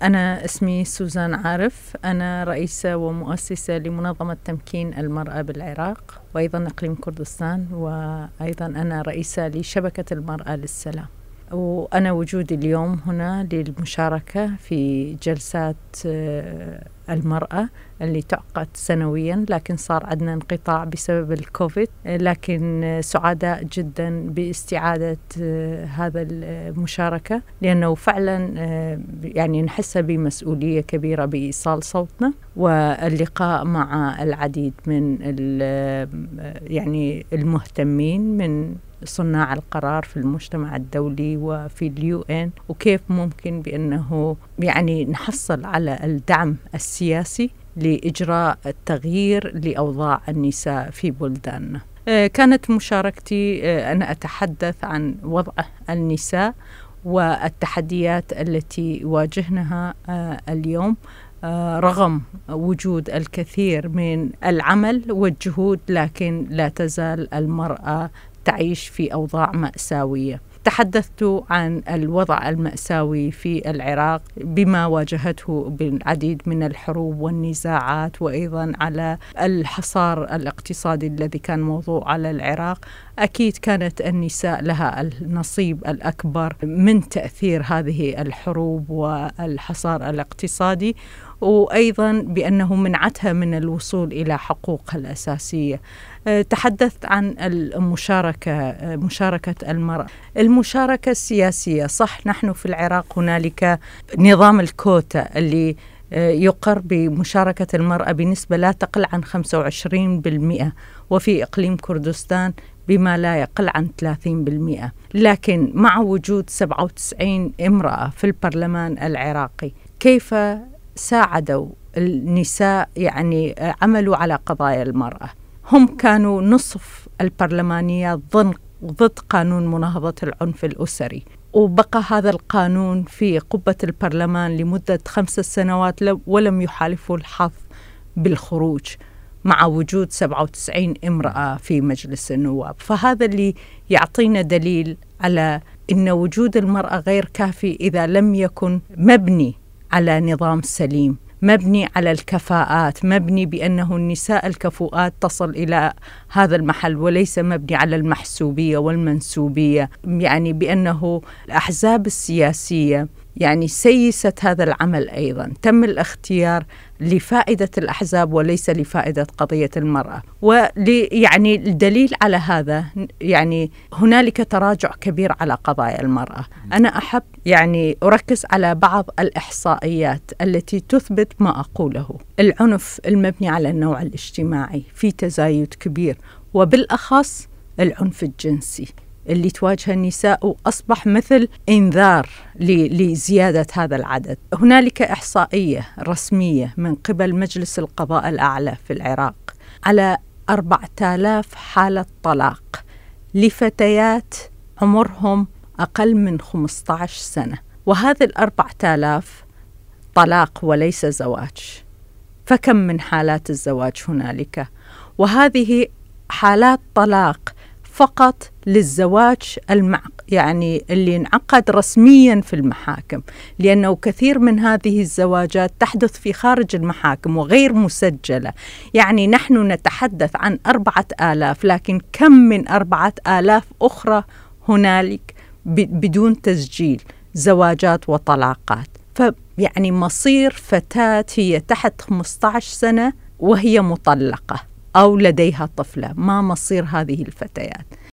أنا اسمي سوزان عارف، أنا رئيسة ومؤسسة لمنظمة تمكين المرأة بالعراق وأيضا إقليم كردستان، وأيضا أنا رئيسة لشبكة المرأة للسلام. وأنا وجودي اليوم هنا للمشاركة في جلسات المرأة اللي تعقد سنويا، لكن صار عندنا انقطاع بسبب الكوفيد، لكن سعداء جدا باستعادة هذا المشاركة، لأنه فعلا يعني نحس بمسؤولية كبيرة بإيصال صوتنا واللقاء مع العديد من يعني المهتمين من صناع القرار في المجتمع الدولي وفي اليو إن، وكيف ممكن بأنه يعني نحصل على الدعم السياسي لإجراء التغيير لأوضاع النساء في بلداننا. كانت مشاركتي أنا أتحدث عن وضع النساء والتحديات التي يواجهنها اليوم رغم وجود الكثير من العمل والجهود، لكن لا تزال المرأة تعيش في أوضاع مأساوية. تحدثت عن الوضع المأساوي في العراق بما واجهته بالعديد من الحروب والنزاعات، وأيضا على الحصار الاقتصادي الذي كان موضوع على العراق. أكيد كانت النساء لها النصيب الأكبر من تأثير هذه الحروب والحصار الاقتصادي، وأيضا بأنه منعتها من الوصول إلى حقوقها الأساسية. تحدثت عن مشاركة المرأة، المشاركة السياسية. صح، نحن في العراق هنالك نظام الكوتا اللي يقر بمشاركة المرأة بنسبة لا تقل عن 25%، وفي إقليم كردستان بما لا يقل عن 30%، لكن مع وجود 97 امرأة في البرلمان العراقي، كيف ساعدوا النساء يعني عملوا على قضايا المرأة؟ هم كانوا نصف البرلمانيات ضد قانون مناهضة العنف الأسري، وبقى هذا القانون في قبة البرلمان لمدة 5 سنوات ولم يحالفوا الحظ بالخروج مع وجود 97 امرأة في مجلس النواب. فهذا اللي يعطينا دليل على أن وجود المرأة غير كافي إذا لم يكن مبني على نظام سليم، مبني على الكفاءات، مبني بأنه النساء الكفؤات تصل إلى هذا المحل، وليس مبني على المحسوبية والمنسوبية. يعني بأنه الأحزاب السياسية يعني سيست هذا العمل، أيضا تم الاختيار لفائدة الأحزاب وليس لفائدة قضية المرأة. يعني الدليل على هذا يعني هنالك تراجع كبير على قضايا المرأة. أنا أحب يعني أركز على بعض الإحصائيات التي تثبت ما أقوله. العنف المبني على النوع الاجتماعي في تزايد كبير، وبالأخص العنف الجنسي اللي تواجه النساء، وأصبح مثل إنذار لزيادة هذا العدد. هنالك إحصائية رسمية من قبل مجلس القضاء الأعلى في العراق على 4000 حالة طلاق لفتيات عمرهم أقل من 15 سنة، وهذه 4000 طلاق وليس زواج. فكم من حالات الزواج هنالك؟ وهذه حالات طلاق فقط للزواج يعني اللي انعقد رسميا في المحاكم، لأنه كثير من هذه الزواجات تحدث في خارج المحاكم وغير مسجلة. يعني نحن نتحدث عن 4000، لكن كم من 4000 أخرى هنالك بدون تسجيل، زواجات وطلاقات. فيعني مصير فتاة هي تحت 15 سنة وهي مطلقة أو لديها طفلة، ما مصير هذه الفتيات؟